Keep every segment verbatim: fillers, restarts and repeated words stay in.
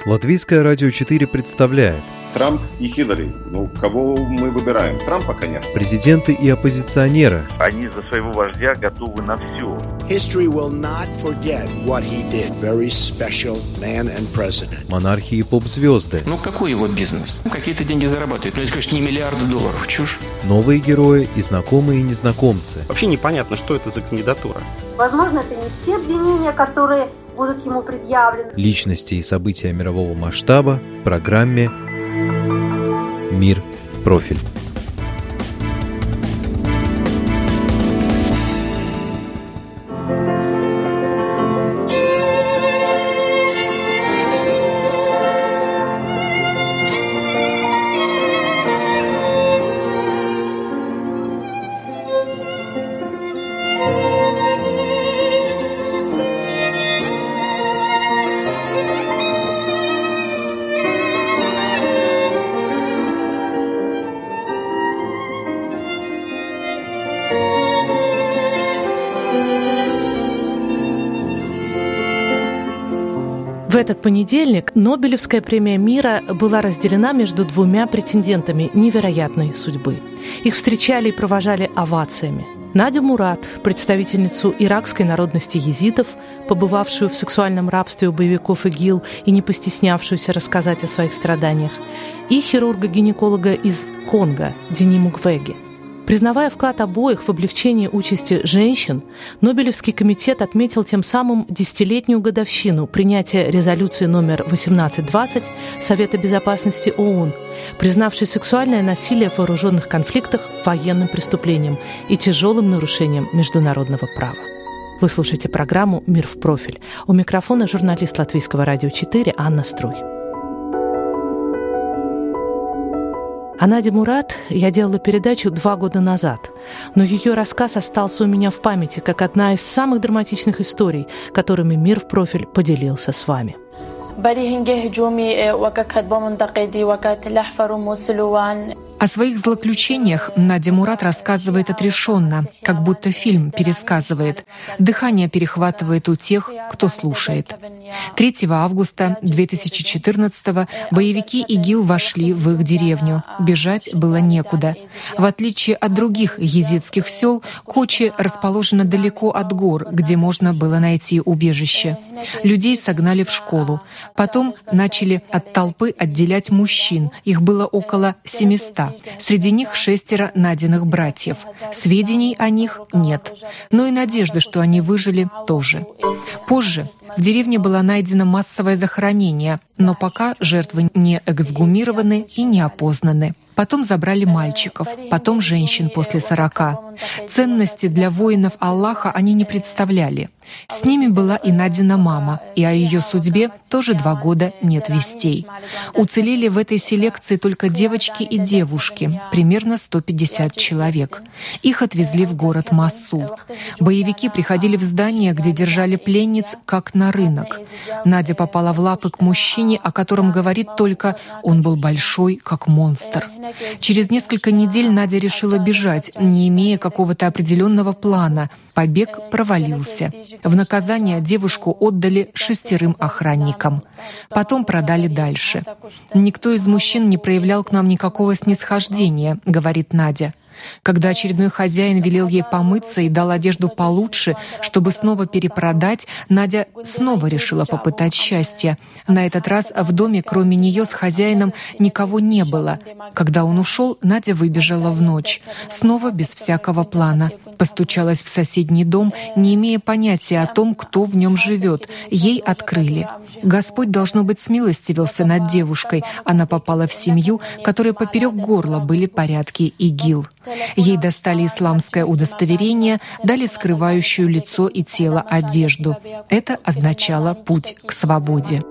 Латвийское радио четыре представляет Трамп и Хиллари. Ну, кого мы выбираем? Трампа, конечно. Президенты и оппозиционеры. Они за своего вождя готовы на все. History will not forget what he did. Very special man and president. Монархи и поп-звезды. Ну, какой его бизнес? Ну, какие-то деньги зарабатывают. Ну, это, конечно, не миллиарды долларов. Чушь. Новые герои и знакомые и незнакомцы. Вообще непонятно, что это за кандидатура. Возможно, это не те обвинения, которые будут ему предъявлены. Личности и события мирового масштаба в программе «Мир в профиль». В этот понедельник Нобелевская премия мира была разделена между двумя претендентами невероятной судьбы. Их встречали и провожали овациями. Надю Мурад, представительницу иракской народности езидов, побывавшую в сексуальном рабстве у боевиков ИГИЛ и не постеснявшуюся рассказать о своих страданиях, и хирурга-гинеколога из Конго Дени Муквеге. Признавая вклад обоих в облегчение участи женщин, Нобелевский комитет отметил тем самым десятилетнюю годовщину принятия резолюции номер восемнадцать двадцать Совета безопасности ООН, признавшей сексуальное насилие в вооруженных конфликтах военным преступлением и тяжелым нарушением международного права. Вы слушаете программу «Мир в профиль». У микрофона журналист Латвийского радио четыре Анна Струй. О Наде Мурад я делала передачу два года назад, но ее рассказ остался у меня в памяти как одна из самых драматичных историй, которыми «Мир в профиль» поделился с вами. О своих злоключениях Надя Мурад рассказывает отрешенно, как будто фильм пересказывает. Дыхание перехватывает у тех, кто слушает. третьего августа две тысячи четырнадцатого боевики ИГИЛ вошли в их деревню. Бежать было некуда. В отличие от других езидских сел, Кочи расположена далеко от гор, где можно было найти убежище. Людей согнали в школу. Потом начали от толпы отделять мужчин. Их было около семисот. Среди них шестеро Надиных братьев. Сведений о них нет. Но и надежды, что они выжили, тоже. Позже в деревне было найдено массовое захоронение, но пока жертвы не эксгумированы и не опознаны. Потом забрали мальчиков, потом женщин после сорока. Ценности для воинов Аллаха они не представляли. С ними была и Надина мама, и о ее судьбе тоже два года нет вестей. Уцелели в этой селекции только девочки и девушки, примерно сто пятьдесят человек. Их отвезли в город Мосул. Боевики приходили в здание, где держали пленниц, как на рынок. Надя попала в лапы к мужчине, о котором говорит только «он был большой, как монстр». Через несколько недель Надя решила бежать, не имея какого-то определенного плана. Побег провалился. В наказание девушку отдали шестерым охранникам. Потом продали дальше. «Никто из мужчин не проявлял к нам никакого снисхождения», — говорит Надя. Когда очередной хозяин велел ей помыться и дал одежду получше, чтобы снова перепродать, Надя снова решила попытать счастье. На этот раз в доме, кроме нее, с хозяином никого не было. Когда он ушел, Надя выбежала в ночь. Снова без всякого плана. Постучалась в соседний дом, не имея понятия о том, кто в нем живет. Ей открыли. Господь, должно быть, смилостивился над девушкой. Она попала в семью, которой поперек горла были порядки ИГИЛ. Ей достали исламское удостоверение, дали скрывающую лицо и тело одежду. Это означало путь к свободе.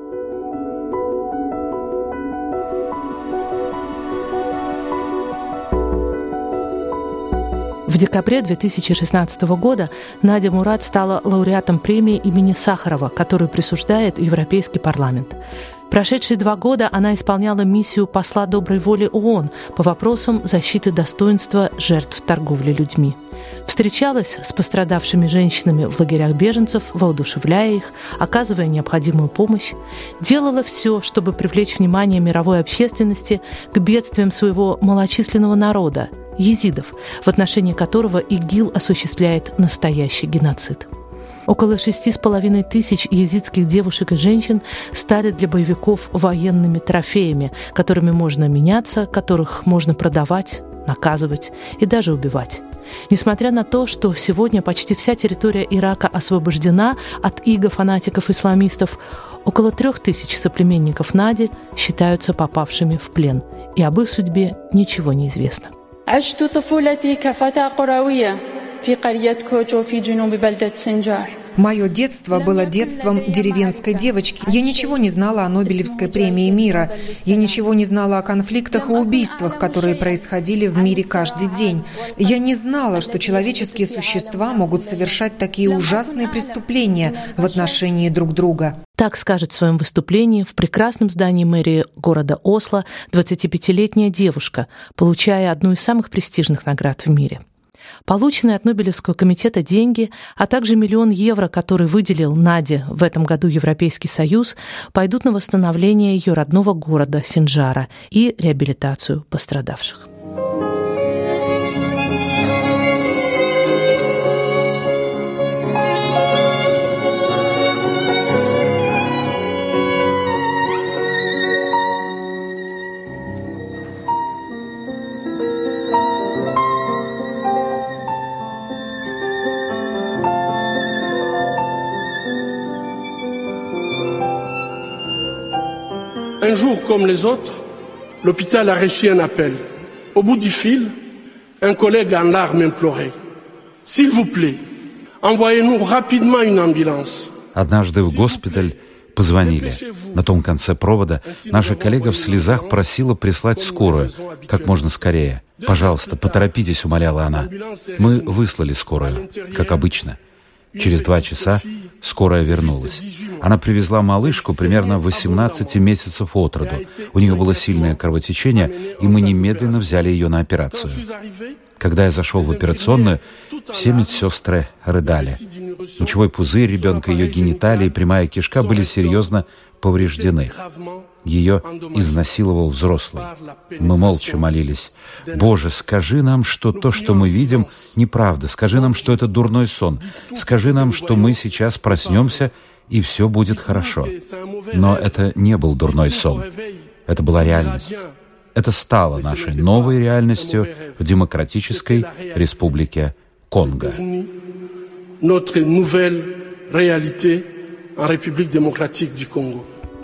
В декабре две тысячи шестнадцатого года Надя Мурад стала лауреатом премии имени Сахарова, которую присуждает Европейский парламент. Прошедшие два года она исполняла миссию посла доброй воли ООН по вопросам защиты достоинства жертв торговли людьми. Встречалась с пострадавшими женщинами в лагерях беженцев, воодушевляя их, оказывая необходимую помощь, делала все, чтобы привлечь внимание мировой общественности к бедствиям своего малочисленного народа – езидов, в отношении которого ИГИЛ осуществляет настоящий геноцид. Около шести с половиной тысяч езидских девушек и женщин стали для боевиков военными трофеями, которыми можно меняться, которых можно продавать, наказывать и даже убивать. Несмотря на то, что сегодня почти вся территория Ирака освобождена от иго фанатиков-исламистов, около трех тысяч соплеменников Нади считаются попавшими в плен, и об их судьбе ничего не известно. Мое детство было детством деревенской девочки. Я ничего не знала о Нобелевской премии мира. Я ничего не знала о конфликтах и убийствах, которые происходили в мире каждый день. Я не знала, что человеческие существа могут совершать такие ужасные преступления в отношении друг друга. Так скажет в своем выступлении в прекрасном здании мэрии города Осло двадцатипятилетняя девушка, получая одну из самых престижных наград в мире. Полученные от Нобелевского комитета деньги, а также миллион евро, который выделил Наде в этом году Европейский Союз, пойдут на восстановление ее родного города Синджара и реабилитацию пострадавших. Un jour comme les autres, l'hôpital a reçu un appel. Au bout du fil, un collègue en larmes implorait: «S'il vous plaît, envoyez-nous rapidement une ambulance». Однажды в госпиталь позвонили. На том конце провода наша коллега в слезах просила прислать скорую как можно скорее. «Пожалуйста, поторопитесь», — умоляла она. Мы выслали скорую, как обычно. Через два часа скорая вернулась. Она привезла малышку примерно восемнадцати месяцев от роду. У нее было сильное кровотечение, и мы немедленно взяли ее на операцию. Когда я зашел в операционную, все медсестры рыдали. Мочевой пузырь ребенка, ее гениталии и прямая кишка были серьезно повреждены. Ее изнасиловал взрослый. Мы молча молились: «Боже, скажи нам, что то, что мы видим, неправда. Скажи нам, что это дурной сон. Скажи нам, что мы сейчас проснемся, и все будет хорошо». Но это не был дурной сон. Это была реальность. Это стало нашей новой реальностью в Демократической Республике Конго. Notre nouvelle réalité en République démocratique du Congo.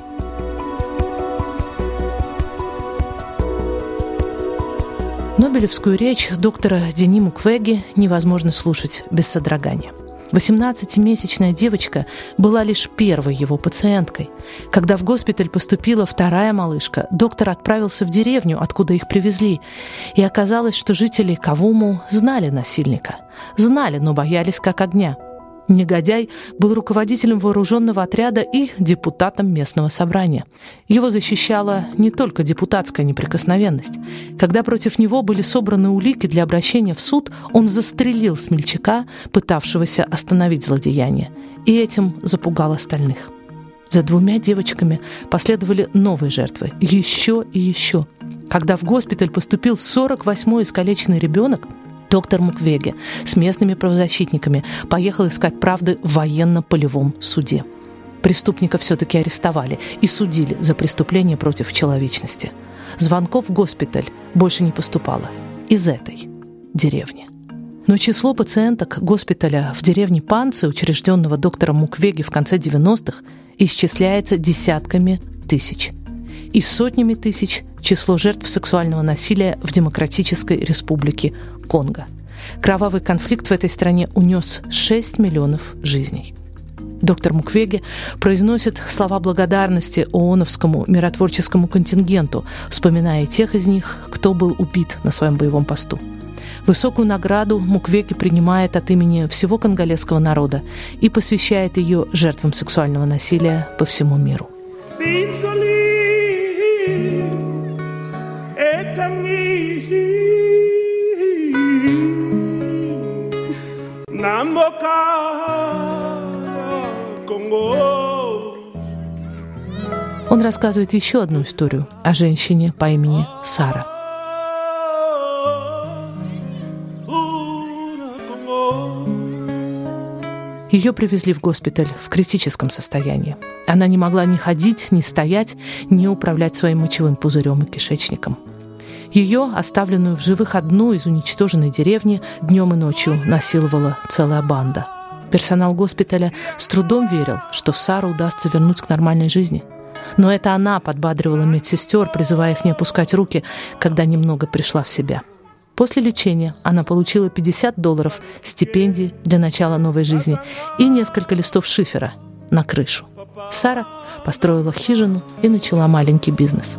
Нобелевскую речь доктора Дени Муквеге невозможно слушать без содрогания. восемнадцатимесячная девочка была лишь первой его пациенткой. Когда в госпиталь поступила вторая малышка, доктор отправился в деревню, откуда их привезли, и оказалось, что жители Кавуму знали насильника. Знали, но боялись как огня. Негодяй был руководителем вооруженного отряда и депутатом местного собрания. Его защищала не только депутатская неприкосновенность. Когда против него были собраны улики для обращения в суд, он застрелил смельчака, пытавшегося остановить злодеяние, и этим запугал остальных. За двумя девочками последовали новые жертвы, еще и еще. Когда в госпиталь поступил сорок восьмой искалеченный ребенок, доктор Муквеге с местными правозащитниками поехал искать правды в военно-полевом суде. Преступника все-таки арестовали и судили за преступление против человечности. Звонков в госпиталь больше не поступало из этой деревни. Но число пациенток госпиталя в деревне Панци, учрежденного доктором Муквеге в конце девяностых, исчисляется десятками тысяч. И сотнями тысяч число жертв сексуального насилия в Демократической Республике Конго. Кровавый конфликт в этой стране унес шесть миллионов жизней. Доктор Муквеге произносит слова благодарности ООНовскому миротворческому контингенту, вспоминая тех из них, кто был убит на своем боевом посту. Высокую награду Муквеге принимает от имени всего конголезского народа и посвящает ее жертвам сексуального насилия по всему миру. Being Он рассказывает еще одну историю о женщине по имени Сара. Ее привезли в госпиталь в критическом состоянии. Она не могла ни ходить, ни стоять, ни управлять своим мочевым пузырем и кишечником. Ее, оставленную в живых одну из уничтоженной деревни, днем и ночью насиловала целая банда. Персонал госпиталя с трудом верил, что Сару удастся вернуть к нормальной жизни. Но это она подбадривала медсестер, призывая их не опускать руки, когда немного пришла в себя. После лечения она получила пятьдесят долларов стипендии для начала новой жизни и несколько листов шифера на крышу. Сара построила хижину и начала маленький бизнес.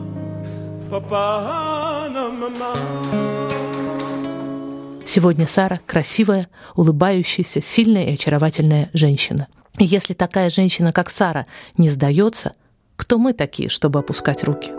Сегодня Сара красивая, улыбающаяся, сильная и очаровательная женщина. И если такая женщина, как Сара, не сдается, кто мы такие, чтобы опускать руки?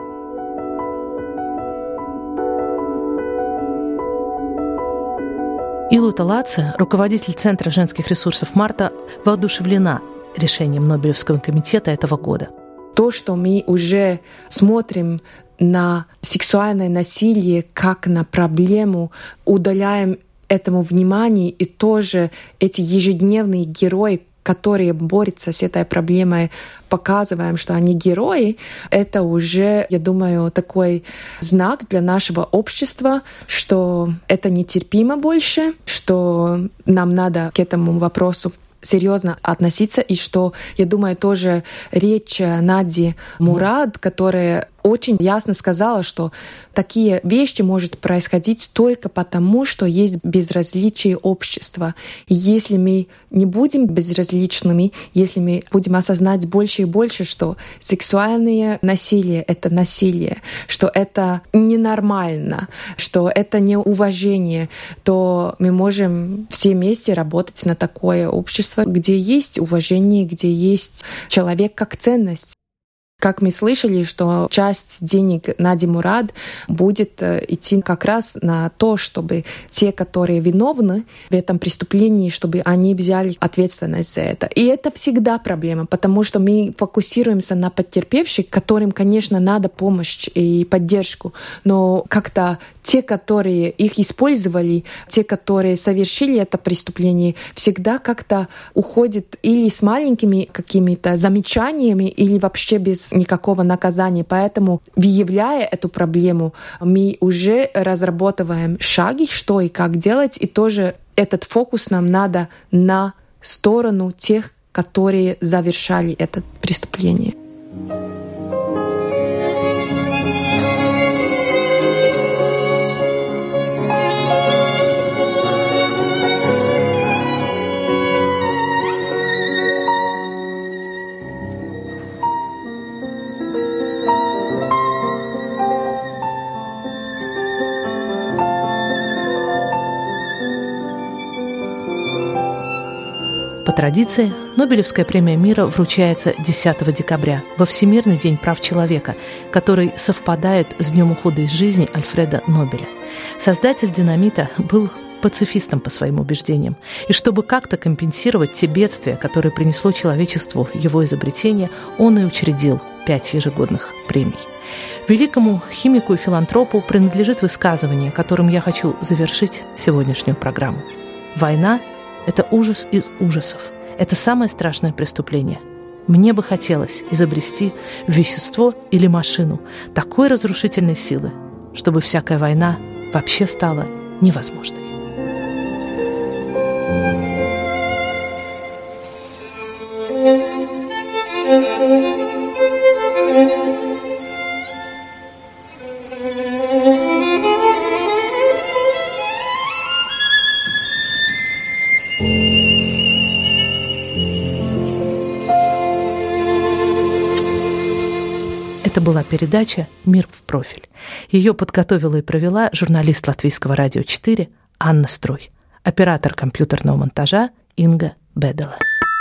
Илу Талаце, руководитель Центра женских ресурсов «Марта», воодушевлена решением Нобелевского комитета этого года. То, что мы уже смотрим на сексуальное насилие как на проблему, удаляем этому внимание, и тоже эти ежедневные герои, которые борются с этой проблемой, показываем, что они герои, это уже, я думаю, такой знак для нашего общества, что это нетерпимо больше, что нам надо к этому вопросу серьезно относиться, и что, я думаю, тоже речь Нади Мурад, которая очень ясно сказала, что такие вещи могут происходить только потому, что есть безразличие общества. И если мы не будем безразличными, если мы будем осознать больше и больше, что сексуальное насилие — это насилие, что это ненормально, что это неуважение, то мы можем все вместе работать на такое общество, где есть уважение, где есть человек как ценность. Как мы слышали, что часть денег Нади Мурад будет идти как раз на то, чтобы те, которые виновны в этом преступлении, чтобы они взяли ответственность за это. И это всегда проблема, потому что мы фокусируемся на потерпевших, которым, конечно, надо помощь и поддержку, но как-то те, которые их использовали, те, которые совершили это преступление, всегда как-то уходят или с маленькими какими-то замечаниями, или вообще без никакого наказания. Поэтому, выявляя эту проблему, мы уже разрабатываем шаги, что и как делать, и тоже этот фокус нам надо на сторону тех, которые завершали это преступление. По традиции, Нобелевская премия мира вручается десятого декабря, во Всемирный день прав человека, который совпадает с днем ухода из жизни Альфреда Нобеля. Создатель «Динамита» был пацифистом по своим убеждениям, и чтобы как-то компенсировать те бедствия, которые принесло человечеству его изобретение, он и учредил пять ежегодных премий. Великому химику и филантропу принадлежит высказывание, которым я хочу завершить сегодняшнюю программу. Война — это ужас из ужасов. Это самое страшное преступление. Мне бы хотелось изобрести вещество или машину такой разрушительной силы, чтобы всякая война вообще стала невозможной. Это была передача «Мир в профиль». Ее подготовила и провела журналист Латвийского радио четыре Анна Строй, оператор компьютерного монтажа Инга Бедела.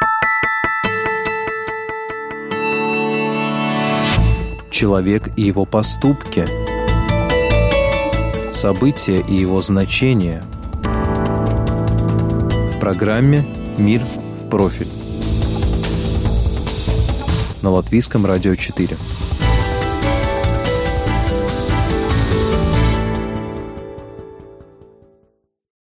Человек и его поступки, события и его значения. В программе «Мир в профиль» на Латвийском радио четыре.